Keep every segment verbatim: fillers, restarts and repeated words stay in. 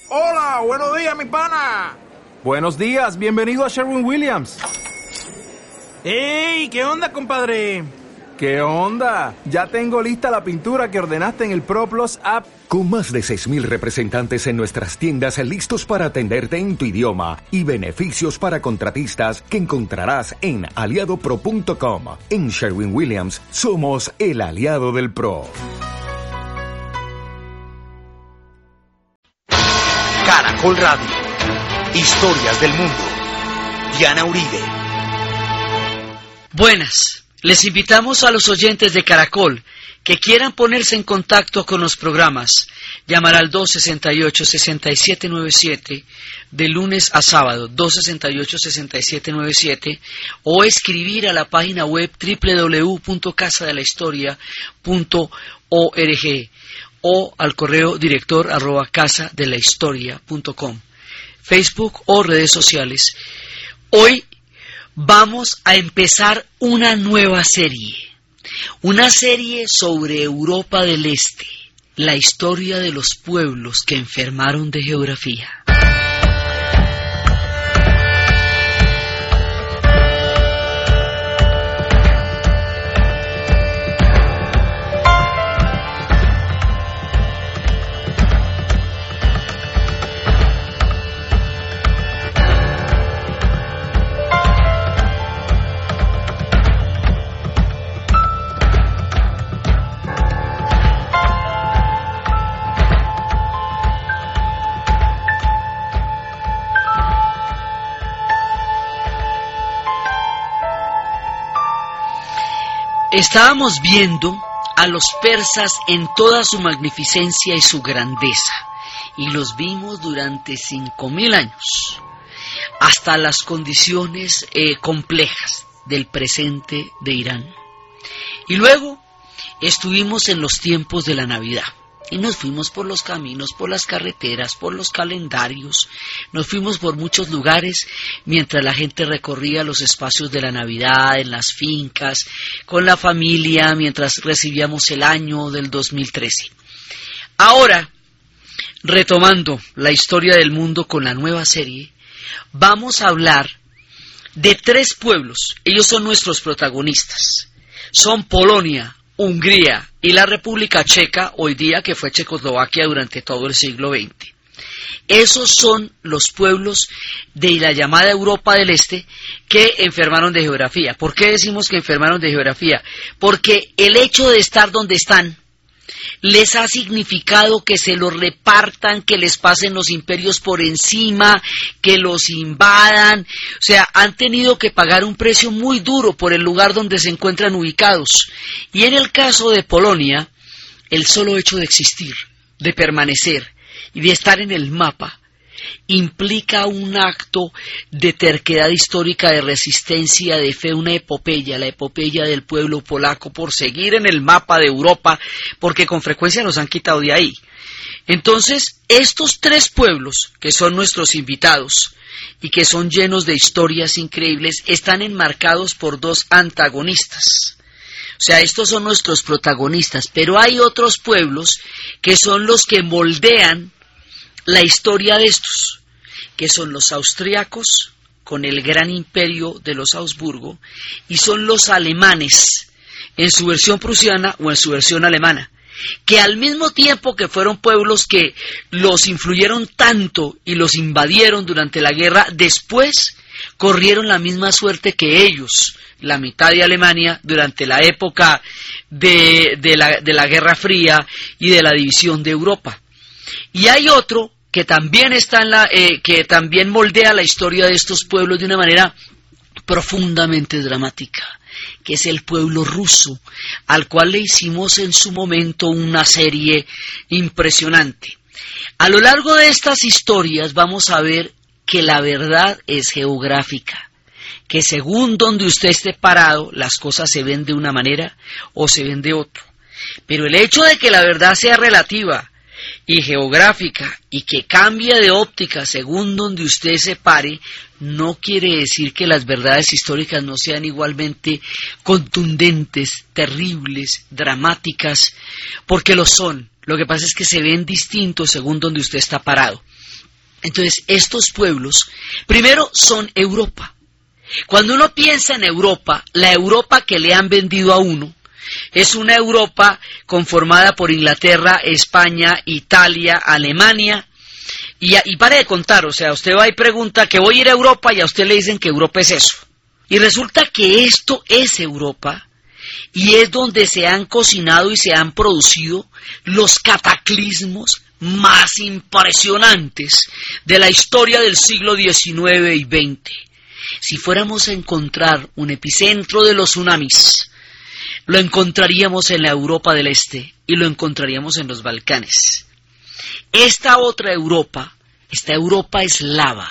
Hola, buenos días, mi pana. Buenos días, bienvenido a Sherwin-Williams. ¡Ey! ¿Qué onda, compadre? ¿Qué onda? Ya tengo lista la pintura que ordenaste en el ProPlus app. Con más de seis mil representantes en nuestras tiendas listos para atenderte en tu idioma y beneficios para contratistas que encontrarás en aliado pro punto com. En Sherwin-Williams somos el aliado del pro. Caracol Radio. Historias del mundo. Diana Uribe. Buenas. Les invitamos a los oyentes de Caracol que quieran ponerse en contacto con los programas, llamar al dos sesenta y ocho, sesenta y siete noventa y siete de lunes a sábado, dos sesenta y ocho, sesenta y siete noventa y siete, o escribir a la página web doble u doble u doble u punto casa de la historia punto org o al correo director arroba casa de la historia punto com, Facebook o redes sociales. Hoy vamos a empezar una nueva serie. Una serie sobre Europa del Este, la historia de los pueblos que enfermaron de geografía. Estábamos viendo a los persas en toda su magnificencia y su grandeza, y los vimos durante cinco mil años, hasta las condiciones eh, complejas del presente de Irán. Y luego estuvimos en los tiempos de la Navidad, y nos fuimos por los caminos, por las carreteras, por los calendarios, nos fuimos por muchos lugares mientras la gente recorría los espacios de la Navidad, en las fincas, con la familia, mientras recibíamos el año del dos mil trece. Ahora, retomando la historia del mundo con la nueva serie, vamos a hablar de tres pueblos. Ellos son nuestros protagonistas. Son Polonia, Hungría y la República Checa, hoy día que fue Checoslovaquia durante todo el siglo veinte. Esos son los pueblos de la llamada Europa del Este que enfermaron de geografía. ¿Por qué decimos que enfermaron de geografía? Porque el hecho de estar donde están les ha significado que se los repartan, que les pasen los imperios por encima, que los invadan. O sea, han tenido que pagar un precio muy duro por el lugar donde se encuentran ubicados. Y en el caso de Polonia, el solo hecho de existir, de permanecer y de estar en el mapa implica un acto de terquedad histórica, de resistencia, de fe, una epopeya, la epopeya del pueblo polaco por seguir en el mapa de Europa, porque con frecuencia nos han quitado de ahí. Entonces, estos tres pueblos, que son nuestros invitados y que son llenos de historias increíbles, están enmarcados por dos antagonistas. O sea, estos son nuestros protagonistas, pero hay otros pueblos que son los que moldean la historia de estos, que son los austriacos, con el gran imperio de los Habsburgo, y son los alemanes, en su versión prusiana o en su versión alemana, que al mismo tiempo que fueron pueblos que los influyeron tanto y los invadieron durante la guerra, después corrieron la misma suerte que ellos, la mitad de Alemania, durante la época de, de, la, de la Guerra Fría y de la división de Europa. Y hay otro que también está en la, eh, que también moldea la historia de estos pueblos de una manera profundamente dramática, que es el pueblo ruso, al cual le hicimos en su momento una serie impresionante. A lo largo de estas historias vamos a ver que la verdad es geográfica, que según donde usted esté parado, las cosas se ven de una manera o se ven de otra. Pero el hecho de que la verdad sea relativa y geográfica y que cambia de óptica según donde usted se pare, no quiere decir que las verdades históricas no sean igualmente contundentes, terribles, dramáticas, porque lo son. Lo que pasa es que se ven distintos según donde usted está parado. Entonces, estos pueblos, primero, son Europa. Cuando uno piensa en Europa, la Europa que le han vendido a uno, es una Europa conformada por Inglaterra, España, Italia, Alemania, y, y pare de contar, o sea, usted va y pregunta que voy a ir a Europa y a usted le dicen que Europa es eso. Y resulta que esto es Europa, y es donde se han cocinado y se han producido los cataclismos más impresionantes de la historia del siglo diecinueve y veinte. Si fuéramos a encontrar un epicentro de los tsunamis, lo encontraríamos en la Europa del Este y lo encontraríamos en los Balcanes. Esta otra Europa, esta Europa eslava,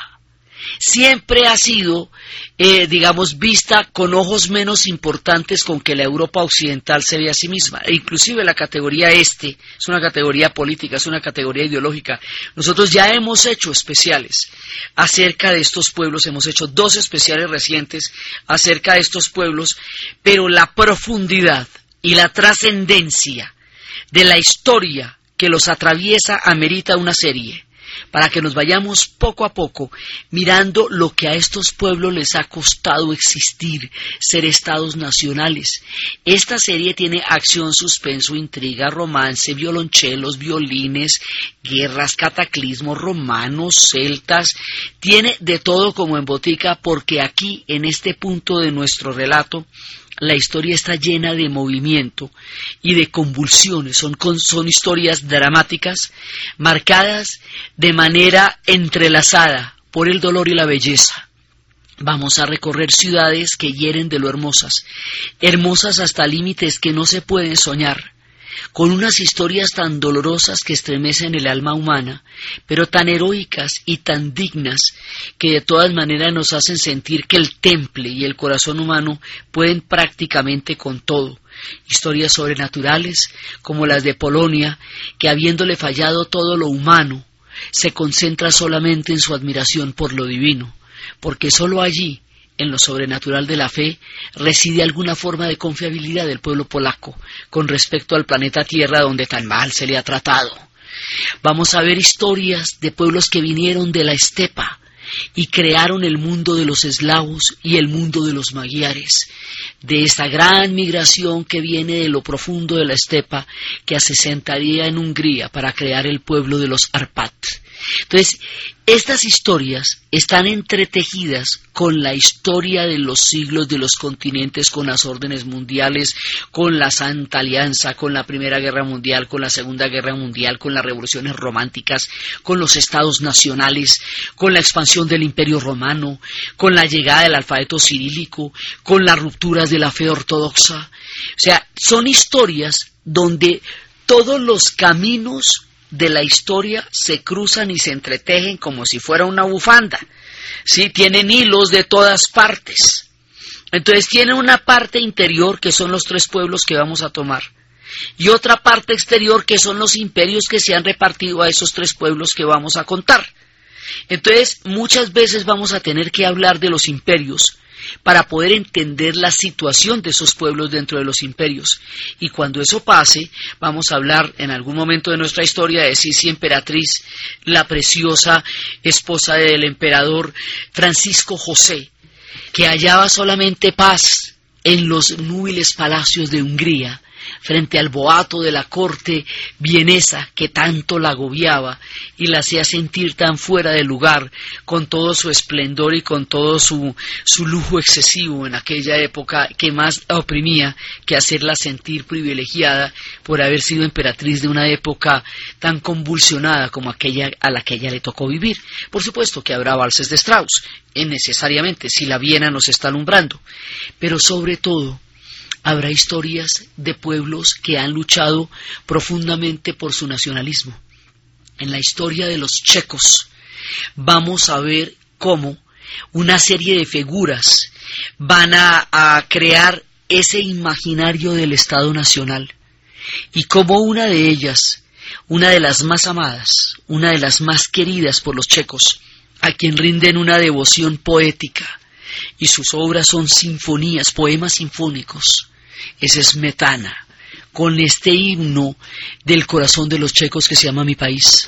siempre ha sido, eh, digamos, vista con ojos menos importantes con que la Europa occidental se ve a sí misma. E inclusive la categoría este es una categoría política, es una categoría ideológica. Nosotros ya hemos hecho especiales acerca de estos pueblos, hemos hecho dos especiales recientes acerca de estos pueblos, pero la profundidad y la trascendencia de la historia que los atraviesa amerita una serie, para que nos vayamos poco a poco mirando lo que a estos pueblos les ha costado existir, ser estados nacionales. Esta serie tiene acción, suspenso, intriga, romance, violonchelos, violines, guerras, cataclismos, romanos, celtas, tiene de todo como en botica, porque aquí, en este punto de nuestro relato, la historia está llena de movimiento y de convulsiones, son, son historias dramáticas, marcadas de manera entrelazada por el dolor y la belleza. Vamos a recorrer ciudades que hieren de lo hermosas, hermosas hasta límites que no se pueden soñar, con unas historias tan dolorosas que estremecen el alma humana, pero tan heroicas y tan dignas que de todas maneras nos hacen sentir que el temple y el corazón humano pueden prácticamente con todo. Historias sobrenaturales como las de Polonia, que habiéndole fallado todo lo humano, se concentra solamente en su admiración por lo divino, porque sólo allí, en lo sobrenatural de la fe, reside alguna forma de confiabilidad del pueblo polaco con respecto al planeta Tierra donde tan mal se le ha tratado. Vamos a ver historias de pueblos que vinieron de la estepa y crearon el mundo de los eslavos y el mundo de los magiares, de esta gran migración que viene de lo profundo de la estepa, que asentaría en Hungría para crear el pueblo de los Árpat. Entonces, estas historias están entretejidas con la historia de los siglos de los continentes, con las órdenes mundiales, con la Santa Alianza, con la Primera Guerra Mundial, con la Segunda Guerra Mundial, con las revoluciones románticas, con los estados nacionales, con la expansión del Imperio Romano, con la llegada del alfabeto cirílico, con las rupturas de la fe ortodoxa. O sea, son historias donde todos los caminos de la historia se cruzan y se entretejen como si fuera una bufanda, ¿sí? Tienen hilos de todas partes. Entonces tienen una parte interior que son los tres pueblos que vamos a tomar, y otra parte exterior que son los imperios que se han repartido a esos tres pueblos que vamos a contar. Entonces muchas veces vamos a tener que hablar de los imperios para poder entender la situación de esos pueblos dentro de los imperios. Y cuando eso pase, vamos a hablar en algún momento de nuestra historia de Sisi Emperatriz, la preciosa esposa del emperador Francisco José, que hallaba solamente paz en los núbiles palacios de Hungría, frente al boato de la corte vienesa que tanto la agobiaba y la hacía sentir tan fuera de lugar, con todo su esplendor y con todo su, su lujo excesivo en aquella época, que más la oprimía que hacerla sentir privilegiada por haber sido emperatriz de una época tan convulsionada como aquella a la que ella le tocó vivir. Por supuesto que habrá valses de Strauss, necesariamente, si la Viena nos está alumbrando, pero sobre todo habrá historias de pueblos que han luchado profundamente por su nacionalismo. En la historia de los checos vamos a ver cómo una serie de figuras van a, a crear ese imaginario del Estado Nacional, y cómo una de ellas una de las más amadas, una de las más queridas por los checos, a quien rinden una devoción poética, y sus obras son sinfonías, poemas sinfónicos. Es Smetana, con este himno del corazón de los checos que se llama Mi País.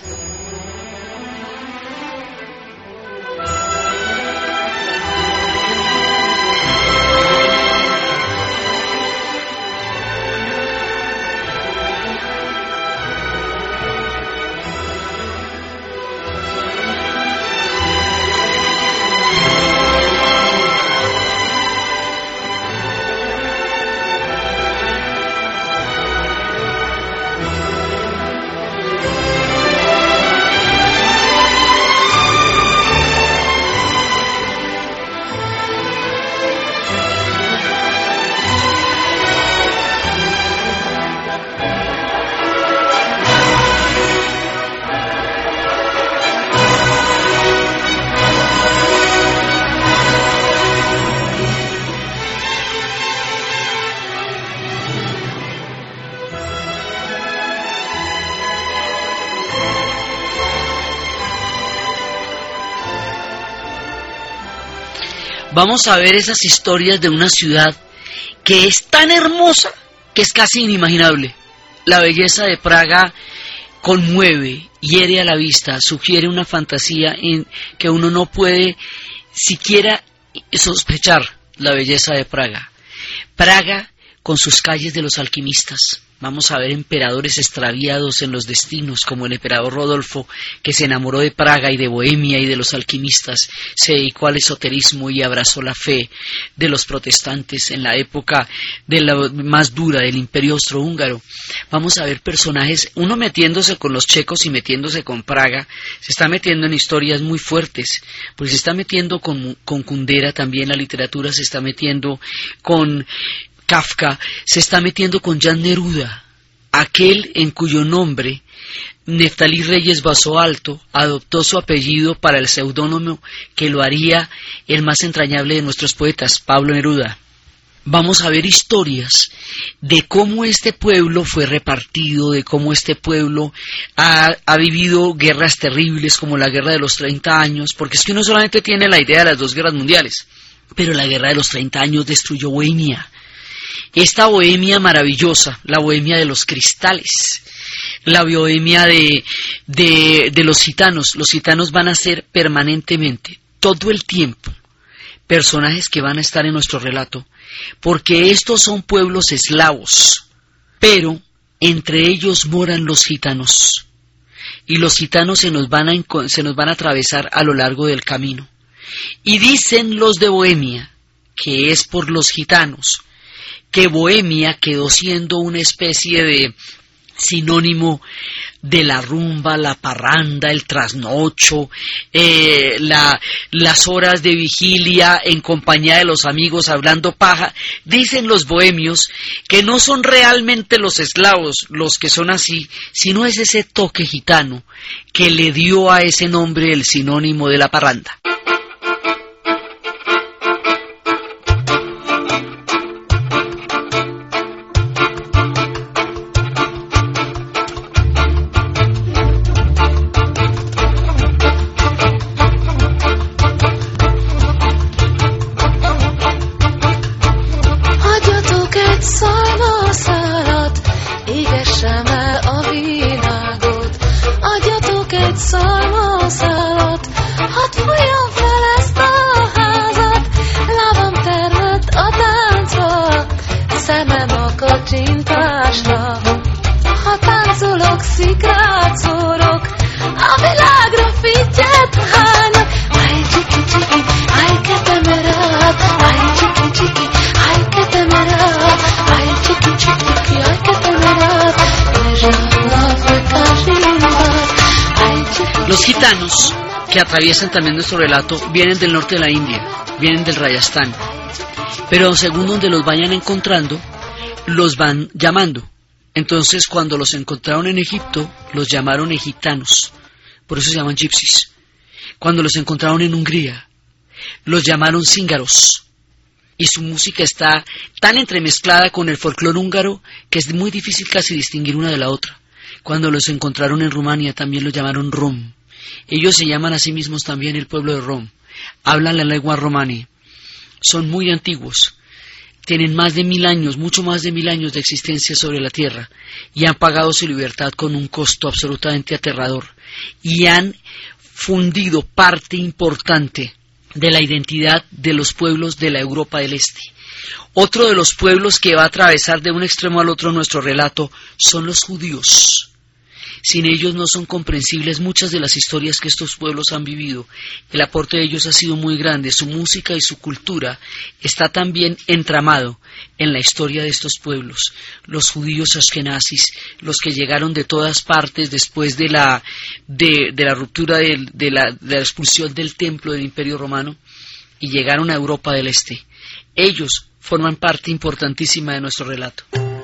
Vamos a ver esas historias de una ciudad que es tan hermosa que es casi inimaginable. La belleza de Praga conmueve, hiere a la vista, sugiere una fantasía en que uno no puede siquiera sospechar la belleza de Praga. Praga con sus calles de los alquimistas. Vamos a ver emperadores extraviados en los destinos, como el emperador Rodolfo, que se enamoró de Praga y de Bohemia y de los alquimistas, se dedicó al esoterismo y abrazó la fe de los protestantes en la época de la más dura del Imperio Austrohúngaro. Vamos a ver personajes, uno metiéndose con los checos y metiéndose con Praga, se está metiendo en historias muy fuertes, porque se está metiendo con, con Kundera también, la literatura se está metiendo con Kafka, se está metiendo con Jan Neruda, aquel en cuyo nombre Neftalí Reyes Basoalto adoptó su apellido para el seudónimo que lo haría el más entrañable de nuestros poetas, Pablo Neruda. Vamos a ver historias de cómo este pueblo fue repartido, de cómo este pueblo ha, ha vivido guerras terribles como la Guerra de los treinta años, porque es que uno solamente tiene la idea de las dos guerras mundiales, pero la Guerra de los treinta años destruyó Bohemia. Esta Bohemia maravillosa, la Bohemia de los cristales, la Bohemia de, de, de los gitanos. Los gitanos van a ser permanentemente, todo el tiempo, personajes que van a estar en nuestro relato, porque estos son pueblos eslavos, pero entre ellos moran los gitanos, y los gitanos se nos van a, se nos van a atravesar a lo largo del camino. Y dicen los de Bohemia, que es por los gitanos, que Bohemia quedó siendo una especie de sinónimo de la rumba, la parranda, el trasnocho, eh, la, las horas de vigilia en compañía de los amigos hablando paja. Dicen los bohemios que no son realmente los eslavos los que son así, sino es ese toque gitano que le dio a ese nombre el sinónimo de la parranda. Los gitanos, que atraviesan también nuestro relato, vienen del norte de la India, vienen del Rajasthan, pero según donde los vayan encontrando, los van llamando. Entonces, cuando los encontraron en Egipto, los llamaron egiptanos, por eso se llaman gypsies. Cuando los encontraron en Hungría, los llamaron cíngaros, y su música está tan entremezclada con el folclore húngaro que es muy difícil casi distinguir una de la otra. Cuando los encontraron en Rumania también los llamaron Rom. Ellos se llaman a sí mismos también el pueblo de Rom. Hablan la lengua romani. Son muy antiguos. Tienen más de mil años, mucho más de mil años de existencia sobre la tierra y han pagado su libertad con un costo absolutamente aterrador y han fundido parte importante de la identidad de los pueblos de la Europa del Este. Otro de los pueblos que va a atravesar de un extremo al otro nuestro relato son los judíos. Sin ellos no son comprensibles muchas de las historias que estos pueblos han vivido. El aporte de ellos ha sido muy grande. Su música y su cultura está también entramado en la historia de estos pueblos. Los judíos ashkenazis, los que llegaron de todas partes después de la, de, de la ruptura de, de, la, de la expulsión del templo del Imperio Romano y llegaron a Europa del Este. Ellos forman parte importantísima de nuestro relato.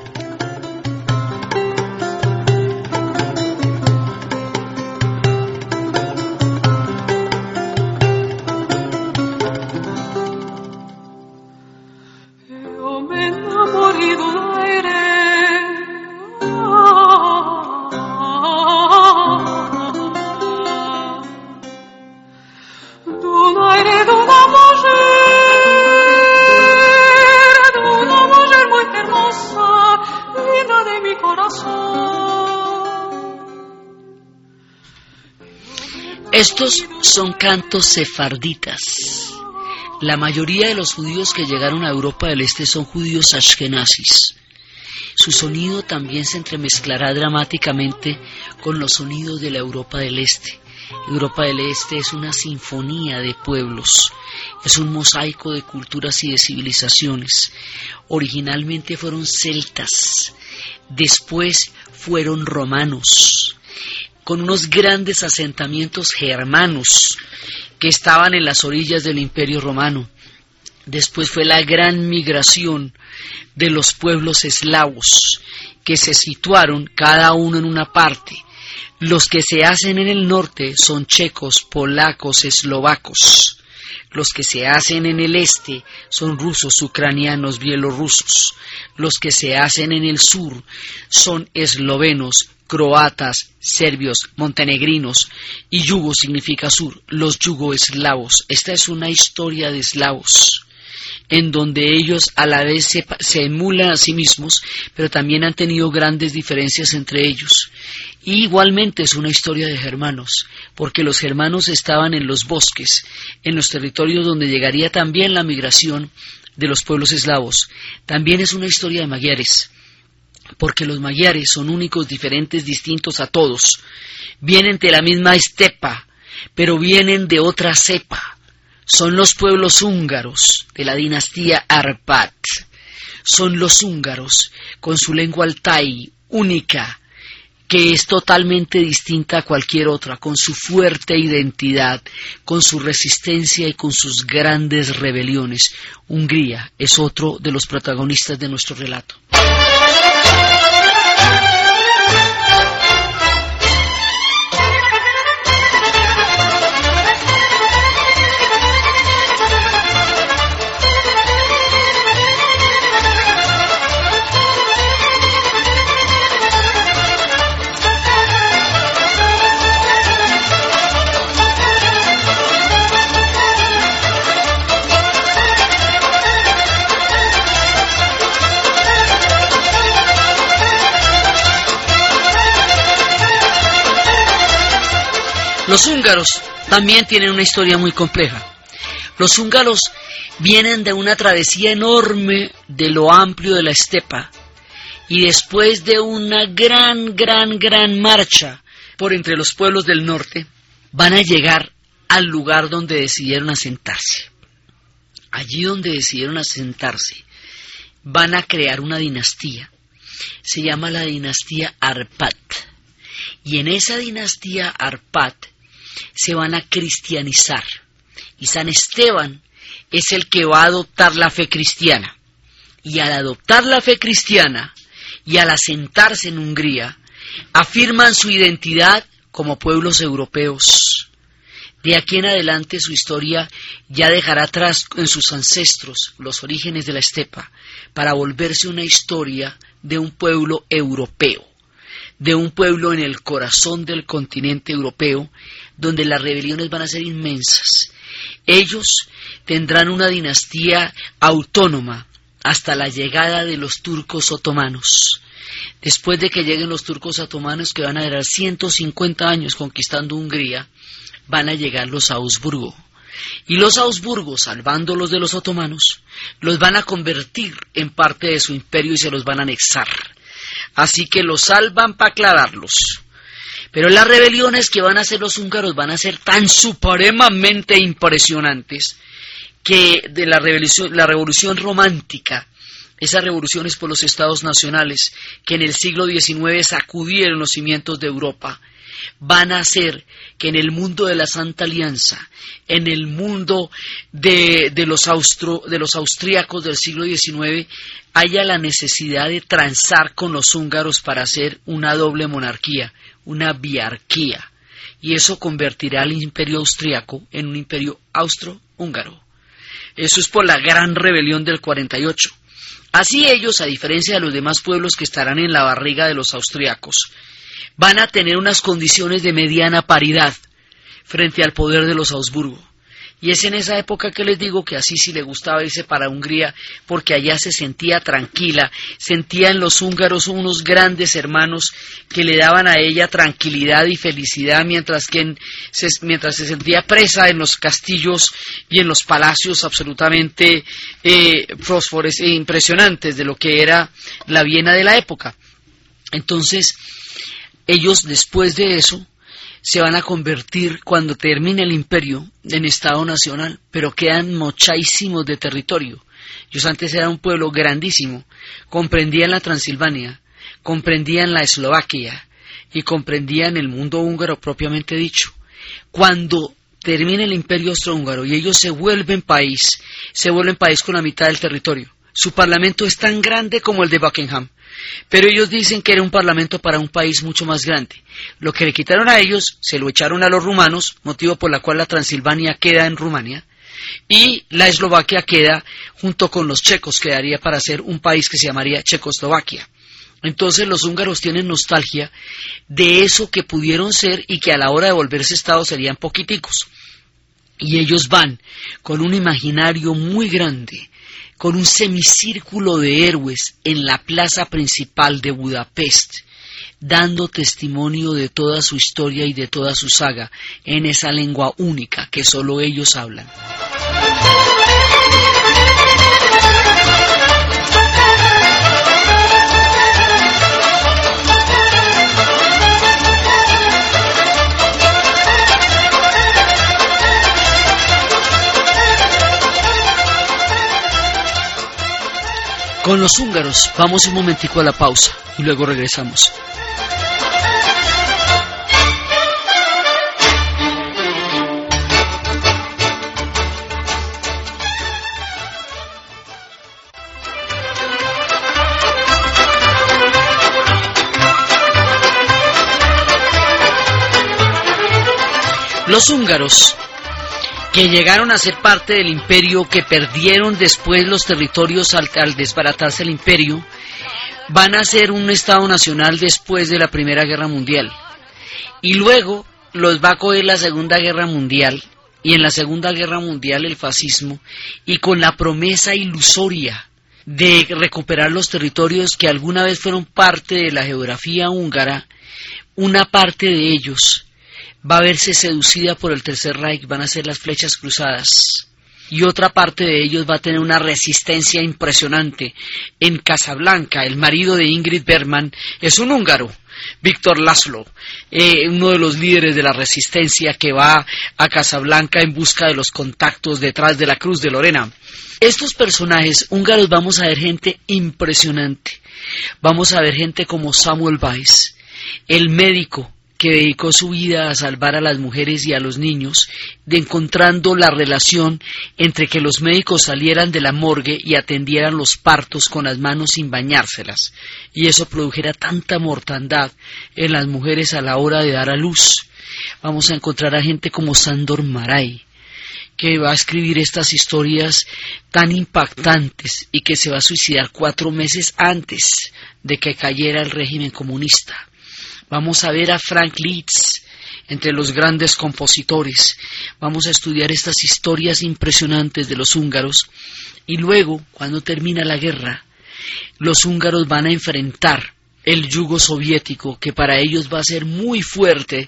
Estos son cantos sefarditas. La mayoría de los judíos que llegaron a Europa del Este son judíos ashkenazis. Su sonido también se entremezclará dramáticamente con los sonidos de la Europa del Este. Europa del Este es una sinfonía de pueblos, es un mosaico de culturas y de civilizaciones. Originalmente fueron celtas, después fueron romanos, con unos grandes asentamientos germanos que estaban en las orillas del Imperio Romano. Después fue la gran migración de los pueblos eslavos, que se situaron cada uno en una parte. Los que se hacen en el norte son checos, polacos, eslovacos. Los que se hacen en el este son rusos, ucranianos, bielorrusos. Los que se hacen en el sur son eslovenos, croatas, serbios, montenegrinos, y yugo significa sur, los yugoeslavos. Esta es una historia de eslavos, en donde ellos a la vez se, se emulan a sí mismos, pero también han tenido grandes diferencias entre ellos. Y igualmente es una historia de germanos, porque los germanos estaban en los bosques, en los territorios donde llegaría también la migración de los pueblos eslavos. También es una historia de magiares, porque los magiares son únicos, diferentes, distintos a todos. Vienen de la misma estepa, pero vienen de otra cepa. Son los pueblos húngaros de la dinastía Árpád. Son los húngaros con su lengua altai, única, que es totalmente distinta a cualquier otra, con su fuerte identidad, con su resistencia y con sus grandes rebeliones. Hungría es otro de los protagonistas de nuestro relato. Los húngaros también tienen una historia muy compleja. Los húngaros vienen de una travesía enorme de lo amplio de la estepa y después de una gran, gran, gran marcha por entre los pueblos del norte, van a llegar al lugar donde decidieron asentarse. Allí donde decidieron asentarse, van a crear una dinastía. Se llama la dinastía Árpád. Y en esa dinastía Árpád se van a cristianizar. Y San Esteban es el que va a adoptar la fe cristiana. Y al adoptar la fe cristiana y al asentarse en Hungría, afirman su identidad como pueblos europeos. De aquí en adelante su historia ya dejará atrás en sus ancestros los orígenes de la estepa para volverse una historia de un pueblo europeo. de un pueblo en el corazón del continente europeo, donde las rebeliones van a ser inmensas. Ellos tendrán una dinastía autónoma hasta la llegada de los turcos otomanos. Después de que lleguen los turcos otomanos, que van a durar ciento cincuenta años conquistando Hungría, van a llegar los Augsburgo. Y los Augsburgos, salvándolos de los otomanos, los van a convertir en parte de su imperio y se los van a anexar. Así que los salvan para aclararlos. Pero las rebeliones que van a hacer los húngaros van a ser tan supremamente impresionantes que de la revolución, la revolución romántica, esas revoluciones por los estados nacionales que en el siglo diecinueve sacudieron los cimientos de Europa, van a hacer que en el mundo de la Santa Alianza, en el mundo de, de, los, austro, de los austríacos del siglo diecinueve, haya la necesidad de transar con los húngaros para hacer una doble monarquía, una biarquía, y eso convertirá al imperio austríaco en un imperio austro-húngaro. Eso es por la gran rebelión del cuarenta y ocho. Así ellos, a diferencia de los demás pueblos que estarán en la barriga de los austríacos, van a tener unas condiciones de mediana paridad frente al poder de los Augsburgo. Y es en esa época que les digo que así sí le gustaba irse para Hungría, porque allá se sentía tranquila, sentía en los húngaros unos grandes hermanos que le daban a ella tranquilidad y felicidad, mientras que en, se, mientras se sentía presa en los castillos y en los palacios absolutamente eh, fósforos e impresionantes de lo que era la Viena de la época. Entonces, ellos después de eso se van a convertir, cuando termine el imperio, en Estado nacional, pero quedan mochadísimos de territorio. Ellos antes eran un pueblo grandísimo, comprendían la Transilvania, comprendían la Eslovaquia y comprendían el mundo húngaro propiamente dicho. Cuando termine el imperio austrohúngaro y ellos se vuelven país, se vuelven país con la mitad del territorio. Su parlamento es tan grande como el de Buckingham, pero ellos dicen que era un parlamento para un país mucho más grande. Lo que le quitaron a ellos, se lo echaron a los rumanos, motivo por la cual la Transilvania queda en Rumania, y la Eslovaquia queda junto con los checos, quedaría para ser un país que se llamaría Checoslovaquia. Entonces los húngaros tienen nostalgia de eso que pudieron ser y que a la hora de volverse Estado serían poquiticos. Y ellos van con un imaginario muy grande, con un semicírculo de héroes en la plaza principal de Budapest, dando testimonio de toda su historia y de toda su saga en esa lengua única que solo ellos hablan. Con los húngaros vamos un momentico a la pausa y luego regresamos. Los húngaros, que llegaron a ser parte del imperio, que perdieron después los territorios al, al desbaratarse el imperio, van a ser un Estado nacional después de la Primera Guerra Mundial. Y luego los va a coger la Segunda Guerra Mundial, y en la Segunda Guerra Mundial el fascismo, y con la promesa ilusoria de recuperar los territorios que alguna vez fueron parte de la geografía húngara, una parte de ellos va a verse seducida por el Tercer Reich, van a ser las flechas cruzadas, y otra parte de ellos va a tener una resistencia impresionante. En Casablanca, el marido de Ingrid Bergman es un húngaro, Víctor László, eh, uno de los líderes de la resistencia que va a Casablanca en busca de los contactos detrás de la Cruz de Lorena. Estos personajes húngaros vamos a ver gente impresionante, vamos a ver gente como Samuel Weiss, el médico que dedicó su vida a salvar a las mujeres y a los niños, de encontrando la relación entre que los médicos salieran de la morgue y atendieran los partos con las manos sin bañárselas, y eso produjera tanta mortandad en las mujeres a la hora de dar a luz. Vamos a encontrar a gente como Sándor Márai, que va a escribir estas historias tan impactantes y que se va a suicidar cuatro meses antes de que cayera el régimen comunista. Vamos a ver a Frank Liszt entre los grandes compositores. Vamos a estudiar estas historias impresionantes de los húngaros. Y luego, cuando termina la guerra, los húngaros van a enfrentar el yugo soviético, que para ellos va a ser muy fuerte,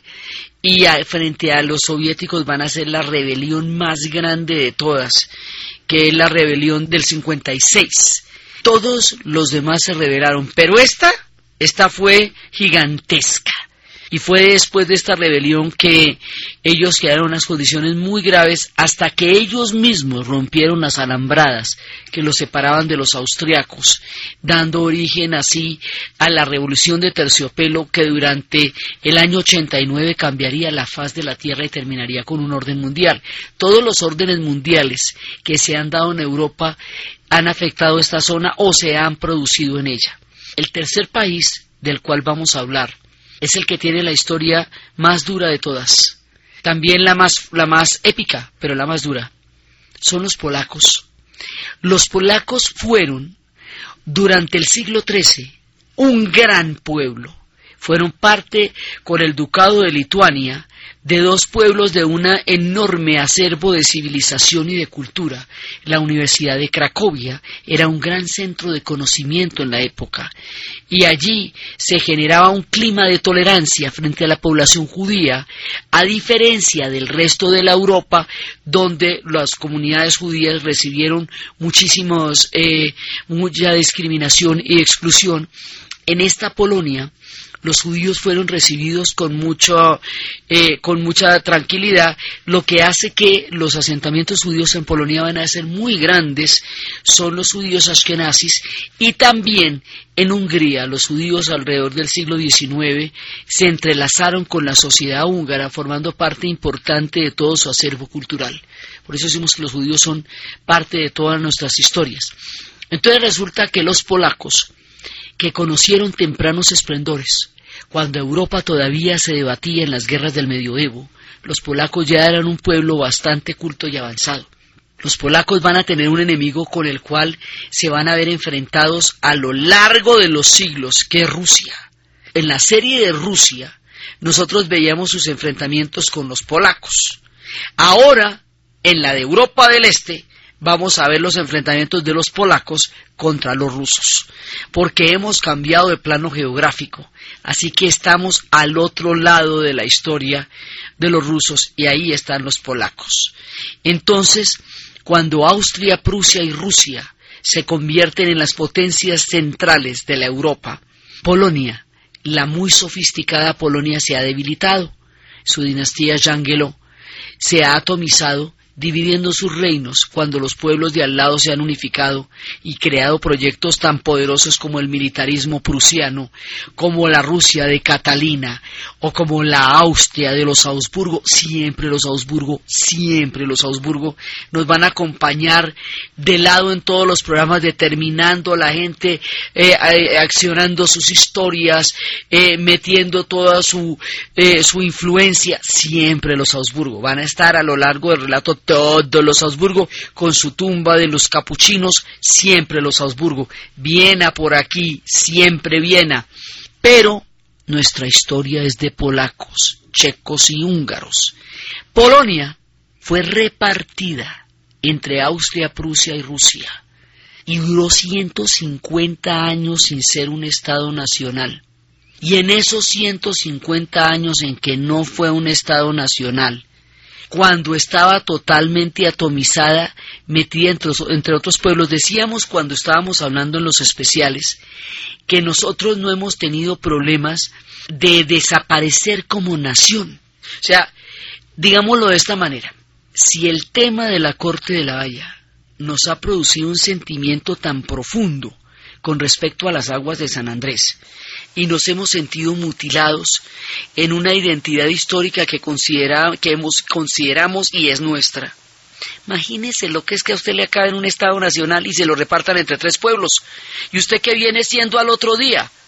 y a, frente a los soviéticos van a ser la rebelión más grande de todas, que es la rebelión del cincuenta y seis. Todos los demás se rebelaron, pero esta, esta fue gigantesca. Y fue después de esta rebelión que ellos quedaron en unas condiciones muy graves, hasta que ellos mismos rompieron las alambradas que los separaban de los austriacos, dando origen así a la revolución de Terciopelo, que durante el año ochenta y nueve cambiaría la faz de la tierra y terminaría con un orden mundial. Todos los órdenes mundiales que se han dado en Europa han afectado esta zona o se han producido en ella. El tercer país del cual vamos a hablar es el que tiene la historia más dura de todas, también la más, la más épica, pero la más dura. Son los polacos. Los polacos fueron, durante el siglo trece, un gran pueblo. Fueron parte, con el ducado de Lituania, de dos pueblos de un enorme acervo de civilización y de cultura. La Universidad de Cracovia era un gran centro de conocimiento en la época, y allí se generaba un clima de tolerancia frente a la población judía, a diferencia del resto de la Europa, donde las comunidades judías recibieron muchísimos, eh, mucha discriminación y exclusión. En esta Polonia, los judíos fueron recibidos con mucho, eh, con mucha tranquilidad, lo que hace que los asentamientos judíos en Polonia van a ser muy grandes. Son los judíos ashkenazis, y también en Hungría los judíos alrededor del siglo diecinueve se entrelazaron con la sociedad húngara, formando parte importante de todo su acervo cultural. Por eso decimos que los judíos son parte de todas nuestras historias. Entonces resulta que los polacos, que conocieron tempranos esplendores, cuando Europa todavía se debatía en las guerras del medioevo, los polacos ya eran un pueblo bastante culto y avanzado. Los polacos van a tener un enemigo con el cual se van a ver enfrentados a lo largo de los siglos, que es Rusia. En la serie de Rusia, nosotros veíamos sus enfrentamientos con los polacos. Ahora, en la de Europa del Este, vamos a ver los enfrentamientos de los polacos contra los rusos, porque hemos cambiado de plano geográfico, así que estamos al otro lado de la historia de los rusos, y ahí están los polacos. Entonces, cuando Austria, Prusia y Rusia se convierten en las potencias centrales de la Europa, Polonia, la muy sofisticada Polonia, se ha debilitado. Su dinastía Jagelló se ha atomizado, dividiendo sus reinos cuando los pueblos de al lado se han unificado y creado proyectos tan poderosos como el militarismo prusiano, como la Rusia de Catalina o como la Austria de los Habsburgo. Siempre los Habsburgo, siempre los Habsburgo nos van a acompañar de lado en todos los programas, determinando a la gente, eh, eh, accionando sus historias, eh, metiendo toda su, eh, su influencia. Siempre los Habsburgo van a estar a lo largo del relato. Todos los Habsburgo, con su tumba de los capuchinos, siempre los Habsburgo. Viena por aquí, siempre Viena. Pero nuestra historia es de polacos, checos y húngaros. Polonia fue repartida entre Austria, Prusia y Rusia, y duró ciento cincuenta años sin ser un Estado nacional. Y en esos ciento cincuenta años en que no fue un Estado nacional, cuando estaba totalmente atomizada, metida entre, entre otros pueblos, decíamos cuando estábamos hablando en los especiales, que nosotros no hemos tenido problemas de desaparecer como nación. O sea, digámoslo de esta manera, si el tema de la Corte de la Haya nos ha producido un sentimiento tan profundo con respecto a las aguas de San Andrés, y nos hemos sentido mutilados en una identidad histórica que, considera, que hemos, consideramos y es nuestra. Imagínese lo que es que a usted le acabe en un Estado nacional y se lo repartan entre tres pueblos. ¿Y usted qué viene siendo al otro día?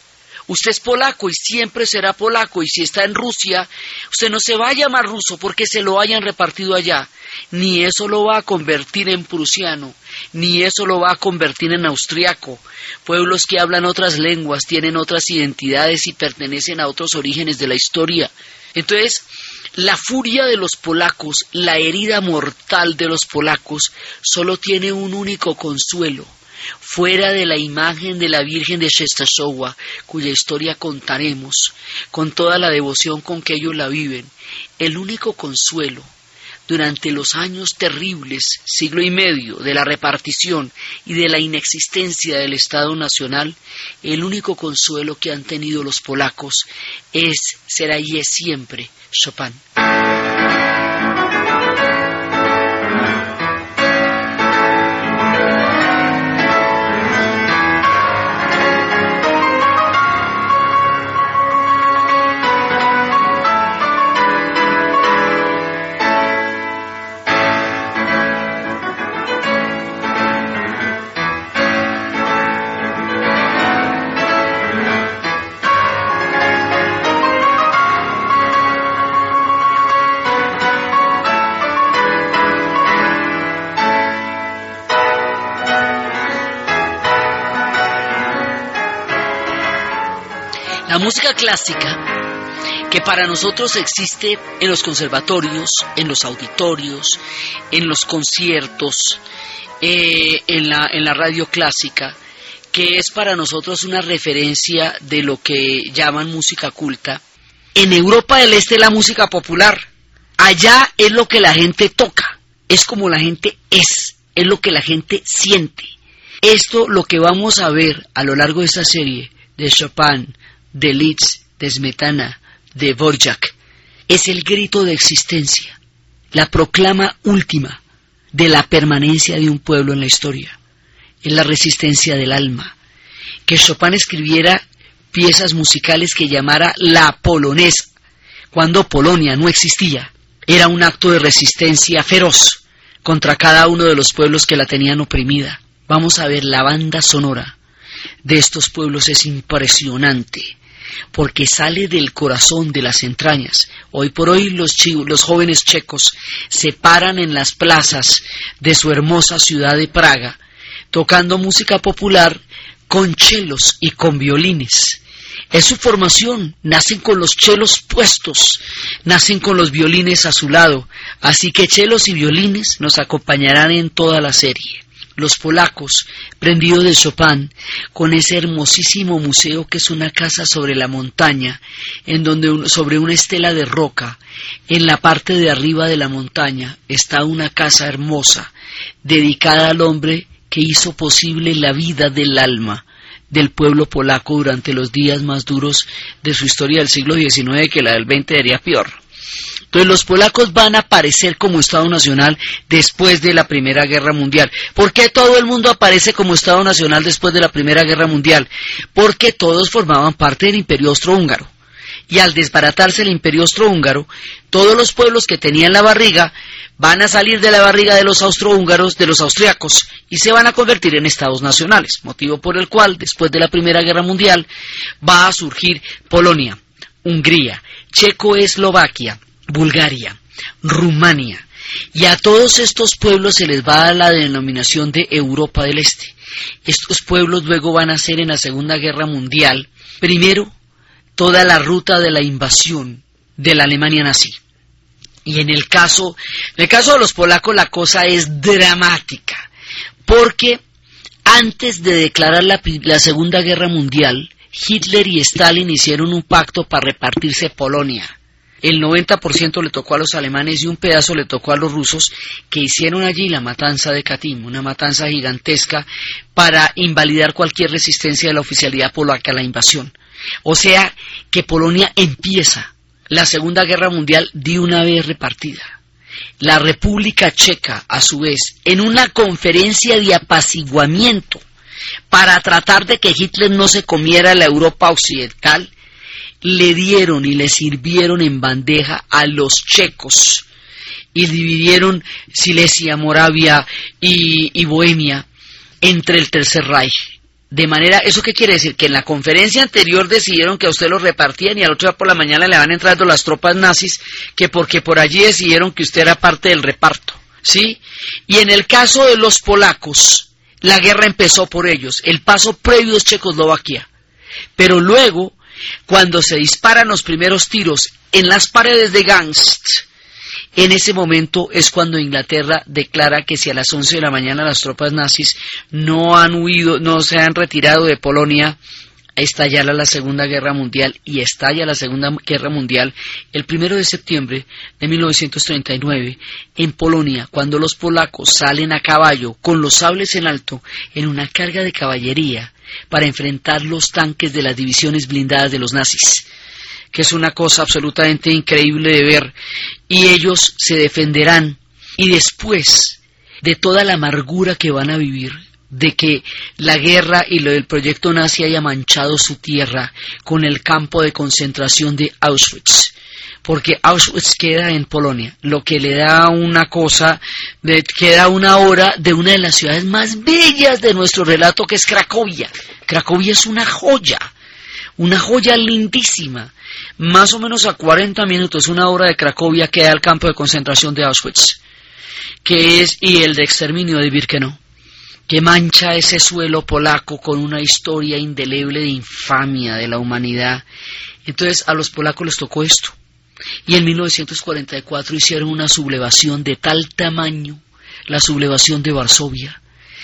Usted es polaco y siempre será polaco, y si está en Rusia, usted no se va a llamar ruso porque se lo hayan repartido allá, ni eso lo va a convertir en prusiano, ni eso lo va a convertir en austriaco. Pueblos que hablan otras lenguas, tienen otras identidades y pertenecen a otros orígenes de la historia. Entonces, la furia de los polacos, la herida mortal de los polacos, solo tiene un único consuelo. Fuera de la imagen de la Virgen de Częstochowa, cuya historia contaremos, con toda la devoción con que ellos la viven, el único consuelo durante los años terribles, siglo y medio, de la repartición y de la inexistencia del Estado Nacional, el único consuelo que han tenido los polacos es, será y es siempre Chopin. La música clásica, que para nosotros existe en los conservatorios, en los auditorios, en los conciertos, eh, en la, en la radio clásica, que es para nosotros una referencia de lo que llaman música culta. En Europa del Este la música popular, allá es lo que la gente toca, es como la gente es, es lo que la gente siente. Esto lo que vamos a ver a lo largo de esta serie de Chopin, de Liszt, de Smetana, de Dvorak, es el grito de existencia, la proclama última de la permanencia de un pueblo en la historia, es la resistencia del alma. Que Chopin escribiera piezas musicales que llamara la polonesa, cuando Polonia no existía, era un acto de resistencia feroz contra cada uno de los pueblos que la tenían oprimida. Vamos a ver, la banda sonora de estos pueblos es impresionante, porque sale del corazón, de las entrañas. Hoy por hoy los, chi- los jóvenes checos se paran en las plazas de su hermosa ciudad de Praga, tocando música popular con chelos y con violines. Es su formación, nacen con los chelos puestos, nacen con los violines a su lado, así que chelos y violines nos acompañarán en toda la serie. Los polacos, prendidos de Chopin, con ese hermosísimo museo que es una casa sobre la montaña, en donde un, sobre una estela de roca, en la parte de arriba de la montaña, está una casa hermosa, dedicada al hombre que hizo posible la vida del alma del pueblo polaco durante los días más duros de su historia del siglo diecinueve, que la del veinte sería peor. Entonces los polacos van a aparecer como Estado Nacional después de la Primera Guerra Mundial. ¿Por qué todo el mundo aparece como Estado Nacional después de la Primera Guerra Mundial? Porque todos formaban parte del Imperio Austrohúngaro. Y al desbaratarse el Imperio Austrohúngaro, todos los pueblos que tenían la barriga van a salir de la barriga de los austrohúngaros, de los austriacos, y se van a convertir en estados nacionales, motivo por el cual, después de la Primera Guerra Mundial, va a surgir Polonia, Hungría, Checoslovaquia, Bulgaria, Rumania, y a todos estos pueblos se les va a dar la denominación de Europa del Este. Estos pueblos luego van a ser en la Segunda Guerra Mundial, primero, toda la ruta de la invasión de la Alemania nazi. Y en el caso, en el caso de los polacos la cosa es dramática, porque antes de declarar la, la Segunda Guerra Mundial, Hitler y Stalin hicieron un pacto para repartirse Polonia. El noventa por ciento le tocó a los alemanes y un pedazo le tocó a los rusos, que hicieron allí la matanza de Katyn, una matanza gigantesca para invalidar cualquier resistencia de la oficialidad polaca a la invasión. O sea que Polonia empieza la Segunda Guerra Mundial de una vez repartida. La República Checa, a su vez, en una conferencia de apaciguamiento para tratar de que Hitler no se comiera la Europa occidental, le dieron y le sirvieron en bandeja a los checos y dividieron Silesia, Moravia y, y Bohemia entre el Tercer Reich. De manera, ¿eso qué quiere decir? Que en la conferencia anterior decidieron que a usted lo repartían y al otro día por la mañana le van entrando las tropas nazis, que porque por allí decidieron que usted era parte del reparto, ¿sí? Y en el caso de los polacos, la guerra empezó por ellos, el paso previo es Checoslovaquia. Pero luego, cuando se disparan los primeros tiros en las paredes de Gdańsk, en ese momento es cuando Inglaterra declara que si a las once de la mañana las tropas nazis no han huido, no se han retirado de Polonia, estallará la Segunda Guerra Mundial, y estalla la Segunda Guerra Mundial el primero de septiembre de mil novecientos treinta y nueve en Polonia, cuando los polacos salen a caballo con los sables en alto en una carga de caballería para enfrentar los tanques de las divisiones blindadas de los nazis, que es una cosa absolutamente increíble de ver, y ellos se defenderán, y después de toda la amargura que van a vivir, de que la guerra y lo del proyecto nazi haya manchado su tierra con el campo de concentración de Auschwitz, porque Auschwitz queda en Polonia, lo que le da una cosa, de, queda una hora de una de las ciudades más bellas de nuestro relato, que es Cracovia. Cracovia es una joya, una joya lindísima. Más o menos a cuarenta minutos, una hora de Cracovia, queda el campo de concentración de Auschwitz, que es, y el de exterminio de Birkenau, que mancha ese suelo polaco con una historia indeleble de infamia de la humanidad. Entonces a los polacos les tocó esto, y en mil novecientos cuarenta y cuatro hicieron una sublevación de tal tamaño, la sublevación de Varsovia,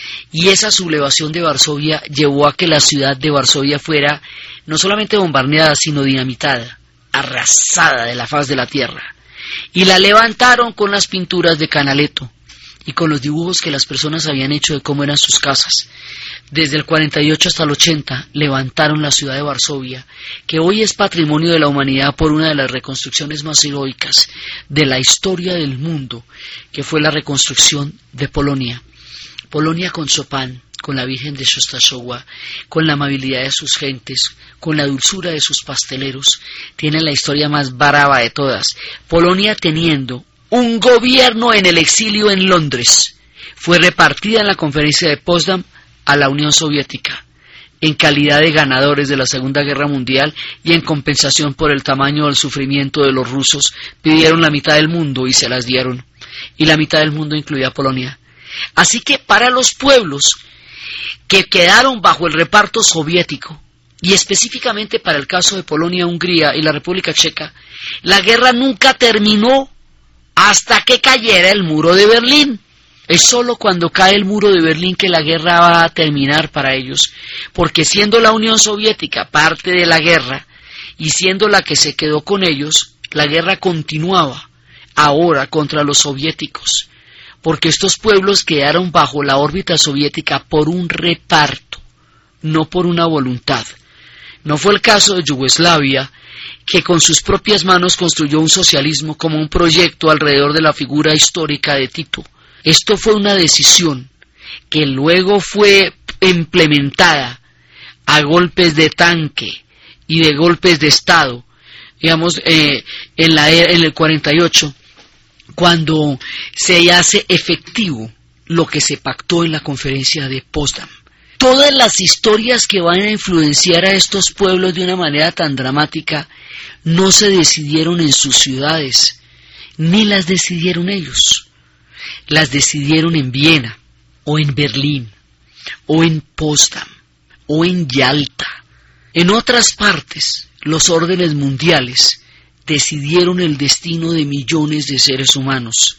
y esa sublevación de Varsovia llevó a que la ciudad de Varsovia fuera no solamente bombardeada, sino dinamitada, arrasada de la faz de la tierra, y la levantaron con las pinturas de Canaletto y con los dibujos que las personas habían hecho de cómo eran sus casas. Desde el cuarenta y ocho hasta el ochenta levantaron la ciudad de Varsovia, que hoy es patrimonio de la humanidad por una de las reconstrucciones más heroicas de la historia del mundo, que fue la reconstrucción de Polonia. Polonia con Chopin, con la Virgen de Częstochowa, con la amabilidad de sus gentes, con la dulzura de sus pasteleros, tiene la historia más brava de todas. Polonia, teniendo un gobierno en el exilio en Londres, fue repartida en la conferencia de Potsdam a la Unión Soviética, en calidad de ganadores de la Segunda Guerra Mundial, y en compensación por el tamaño del sufrimiento de los rusos, pidieron la mitad del mundo y se las dieron, y la mitad del mundo incluía Polonia. Así que para los pueblos que quedaron bajo el reparto soviético, y específicamente para el caso de Polonia, Hungría y la República Checa, la guerra nunca terminó hasta que cayera el muro de Berlín. Es solo cuando cae el muro de Berlín que la guerra va a terminar para ellos, porque siendo la Unión Soviética parte de la guerra y siendo la que se quedó con ellos, la guerra continuaba ahora contra los soviéticos, porque estos pueblos quedaron bajo la órbita soviética por un reparto, no por una voluntad. No fue el caso de Yugoslavia, que con sus propias manos construyó un socialismo como un proyecto alrededor de la figura histórica de Tito. Esto fue una decisión que luego fue implementada a golpes de tanque y de golpes de Estado, digamos, eh, en, la, en el cuarenta y ocho, cuando se hace efectivo lo que se pactó en la conferencia de Potsdam. Todas las historias que van a influenciar a estos pueblos de una manera tan dramática no se decidieron en sus ciudades, ni las decidieron ellos. Las decidieron en Viena, o en Berlín, o en Potsdam, o en Yalta. En otras partes, los órdenes mundiales decidieron el destino de millones de seres humanos,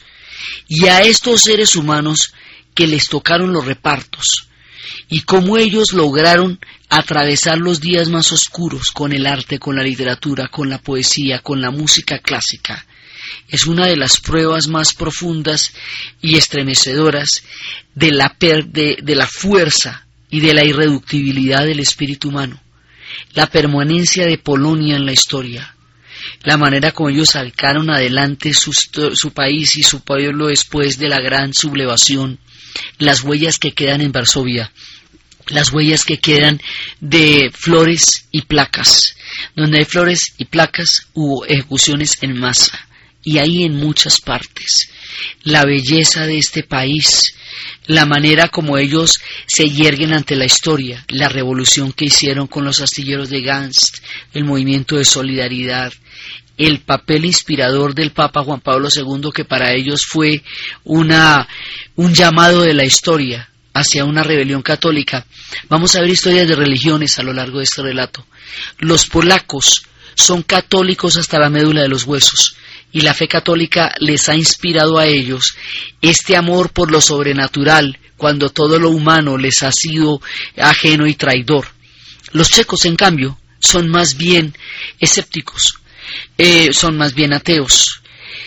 y a estos seres humanos que les tocaron los repartos, y cómo ellos lograron atravesar los días más oscuros con el arte, con la literatura, con la poesía, con la música clásica, es una de las pruebas más profundas y estremecedoras de la, per de, de la fuerza y de la irreductibilidad del espíritu humano, la permanencia de Polonia en la historia, la manera como ellos sacaron adelante su, su país y su pueblo después de la gran sublevación, las huellas que quedan en Varsovia, las huellas que quedan de flores y placas. Donde hay flores y placas hubo ejecuciones en masa, y hay en muchas partes. La belleza de este país, la manera como ellos se yerguen ante la historia, la revolución que hicieron con los astilleros de Gans, el movimiento de solidaridad, el papel inspirador del Papa Juan Pablo segundo, que para ellos fue una, un llamado de la historia hacia una rebelión católica. Vamos a ver historias de religiones a lo largo de este relato. Los polacos son católicos hasta la médula de los huesos, y la fe católica les ha inspirado a ellos este amor por lo sobrenatural, cuando todo lo humano les ha sido ajeno y traidor. Los checos, en cambio, son más bien escépticos, eh, son más bien ateos,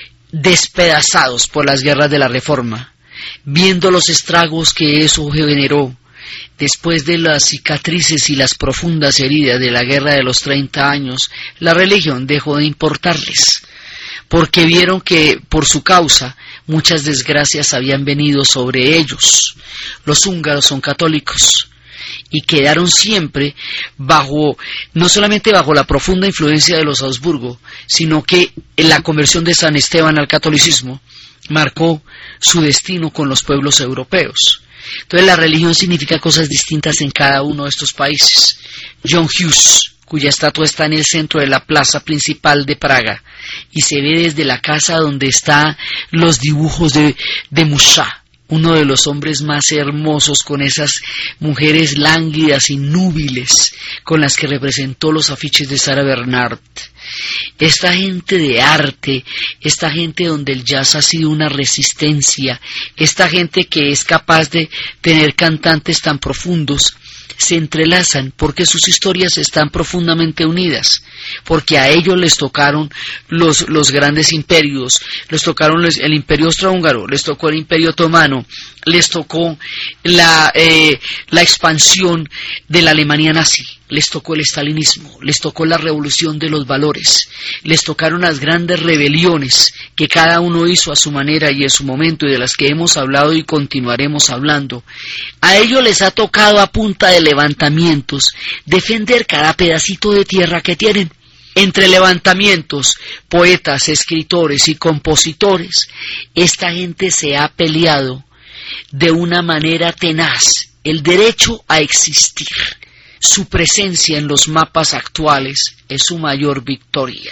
despedazados por las guerras de la Reforma, viendo los estragos que eso generó. Después de las cicatrices y las profundas heridas de la guerra de los treinta años, la religión dejó de importarles, porque vieron que por su causa muchas desgracias habían venido sobre ellos. Los húngaros son católicos y quedaron siempre bajo, no solamente bajo la profunda influencia de los Habsburgo, sino que la conversión de San Esteban al catolicismo marcó su destino con los pueblos europeos. Entonces la religión significa cosas distintas en cada uno de estos países. John Hughes, cuya estatua está en el centro de la plaza principal de Praga, y se ve desde la casa donde están los dibujos de, de Musa, uno de los hombres más hermosos, con esas mujeres lánguidas y núbiles con las que representó los afiches de Sarah Bernhardt. Esta gente de arte, esta gente donde el jazz ha sido una resistencia, esta gente que es capaz de tener cantantes tan profundos, se entrelazan porque sus historias están profundamente unidas, porque a ellos les tocaron los, los grandes imperios, les tocaron les, el imperio austrohúngaro, les tocó el imperio otomano, les tocó la, eh, la expansión de la Alemania nazi, les tocó el estalinismo, les tocó la revolución de los valores, les tocaron las grandes rebeliones que cada uno hizo a su manera y en su momento, y de las que hemos hablado y continuaremos hablando. A ellos les ha tocado a punta de levantamientos defender cada pedacito de tierra que tienen. Entre levantamientos, poetas, escritores y compositores, esta gente se ha peleado de una manera tenaz el derecho a existir. Su presencia en los mapas actuales es su mayor victoria.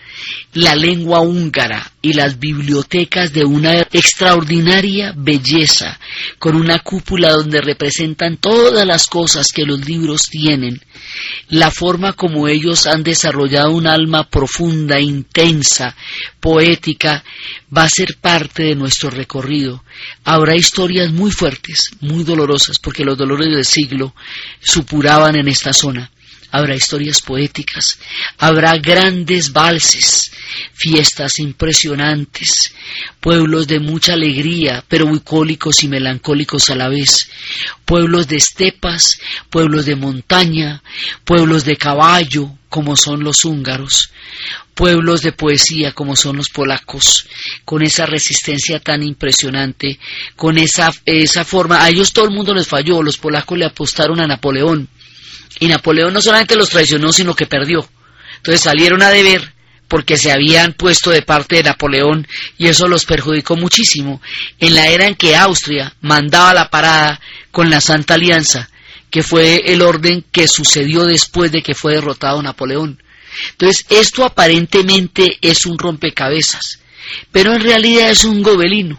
La lengua húngara y las bibliotecas de una extraordinaria belleza, con una cúpula donde representan todas las cosas que los libros tienen, la forma como ellos han desarrollado un alma profunda, intensa, poética, va a ser parte de nuestro recorrido. Habrá historias muy fuertes, muy dolorosas, porque los dolores del siglo supuraban en esta zona. Habrá historias poéticas, habrá grandes valses, fiestas impresionantes, pueblos de mucha alegría, pero bucólicos y melancólicos a la vez, pueblos de estepas, pueblos de montaña, pueblos de caballo, como son los húngaros, pueblos de poesía, como son los polacos, con esa resistencia tan impresionante, con esa, esa forma. A ellos todo el mundo les falló, los polacos le apostaron a Napoleón, y Napoleón no solamente los traicionó, sino que perdió. Entonces salieron a deber porque se habían puesto de parte de Napoleón, y eso los perjudicó muchísimo en la era en que Austria mandaba la parada con la Santa Alianza, que fue el orden que sucedió después de que fue derrotado Napoleón. Entonces esto aparentemente es un rompecabezas, pero en realidad es un gobelino.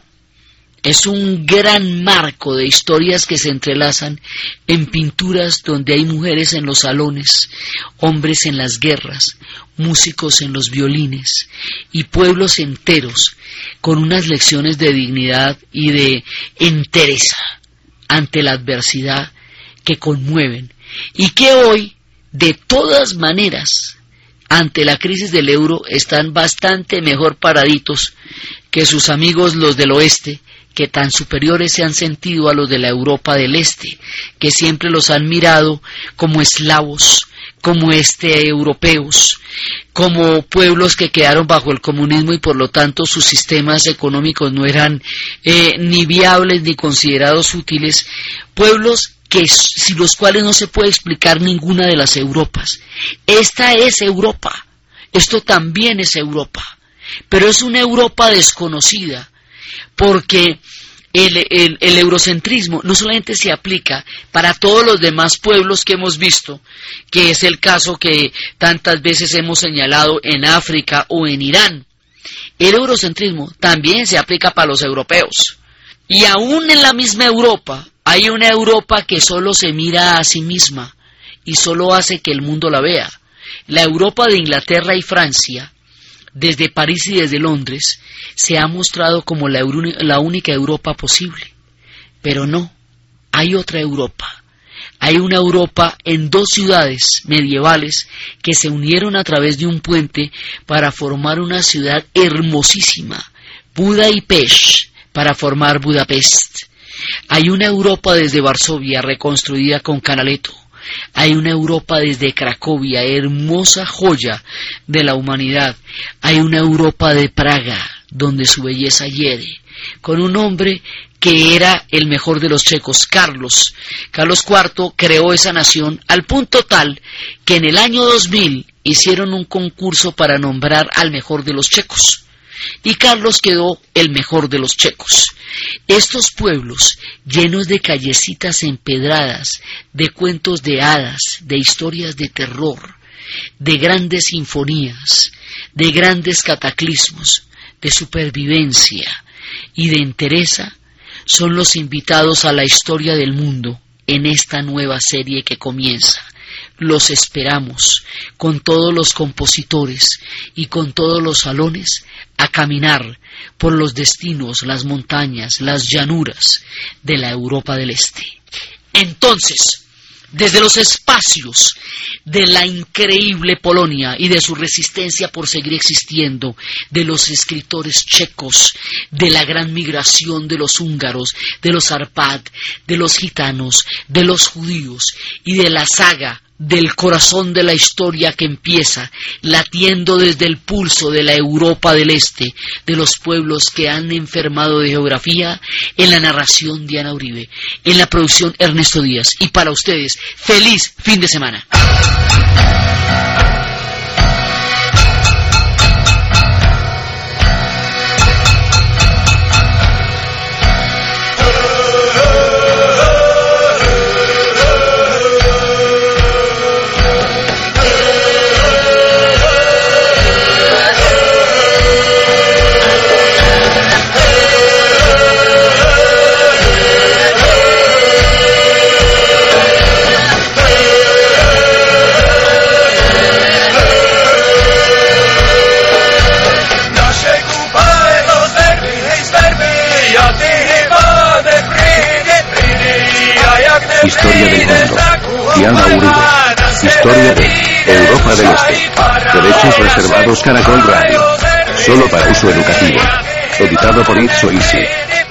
Es un gran marco de historias que se entrelazan en pinturas donde hay mujeres en los salones, hombres en las guerras, músicos en los violines y pueblos enteros con unas lecciones de dignidad y de entereza ante la adversidad que conmueven y que hoy, de todas maneras, ante la crisis del euro, están bastante mejor paraditos que sus amigos los del oeste, que tan superiores se han sentido a los de la Europa del Este, que siempre los han mirado como eslavos, como este europeos, como pueblos que quedaron bajo el comunismo y por lo tanto sus sistemas económicos no eran eh, ni viables ni considerados útiles, pueblos que sin los cuales no se puede explicar ninguna de las Europas. Esta es Europa, esto también es Europa. pero es una Europa desconocida, porque el, el, el eurocentrismo no solamente se aplica para todos los demás pueblos que hemos visto, que es el caso que tantas veces hemos señalado en África o en Irán. El eurocentrismo también se aplica para los europeos. Y aún en la misma Europa, hay una Europa que solo se mira a sí misma y solo hace que el mundo la vea. La Europa de Inglaterra y Francia, desde París y desde Londres, se ha mostrado como la, la única Europa posible. Pero no, hay otra Europa. Hay una Europa en dos ciudades medievales que se unieron a través de un puente para formar una ciudad hermosísima, Buda y Pest, para formar Budapest. Hay una Europa desde Varsovia reconstruida con Canaletto. Hay una Europa desde Cracovia, hermosa joya de la humanidad. Hay una Europa de Praga, donde su belleza hiere, con un hombre que era el mejor de los checos, Carlos. Carlos cuarto creó esa nación al punto tal que en el año dos mil hicieron un concurso para nombrar al mejor de los checos. Y Carlos quedó el mejor de los checos. Estos pueblos, llenos de callecitas empedradas, de cuentos de hadas, de historias de terror, de grandes sinfonías, de grandes cataclismos, de supervivencia y de entereza, son los invitados a la historia del mundo en esta nueva serie que comienza. Los esperamos, con todos los compositores y con todos los salones, a caminar por los destinos, las montañas, las llanuras de la Europa del Este. Entonces, desde los espacios de la increíble Polonia y de su resistencia por seguir existiendo, de los escritores checos, de la gran migración de los húngaros, de los Árpád, de los gitanos, de los judíos y de la saga del corazón de la historia que empieza latiendo desde el pulso de la Europa del Este, de los pueblos que han enfermado de geografía, en la narración Diana Uribe, en la producción Ernesto Díaz. Y para ustedes, feliz fin de semana. Historia del mundo. Diana Uribe. Historia de Europa del Este. Derechos reservados Caracol Radio. Solo para uso educativo. Editado por Itzo Easy.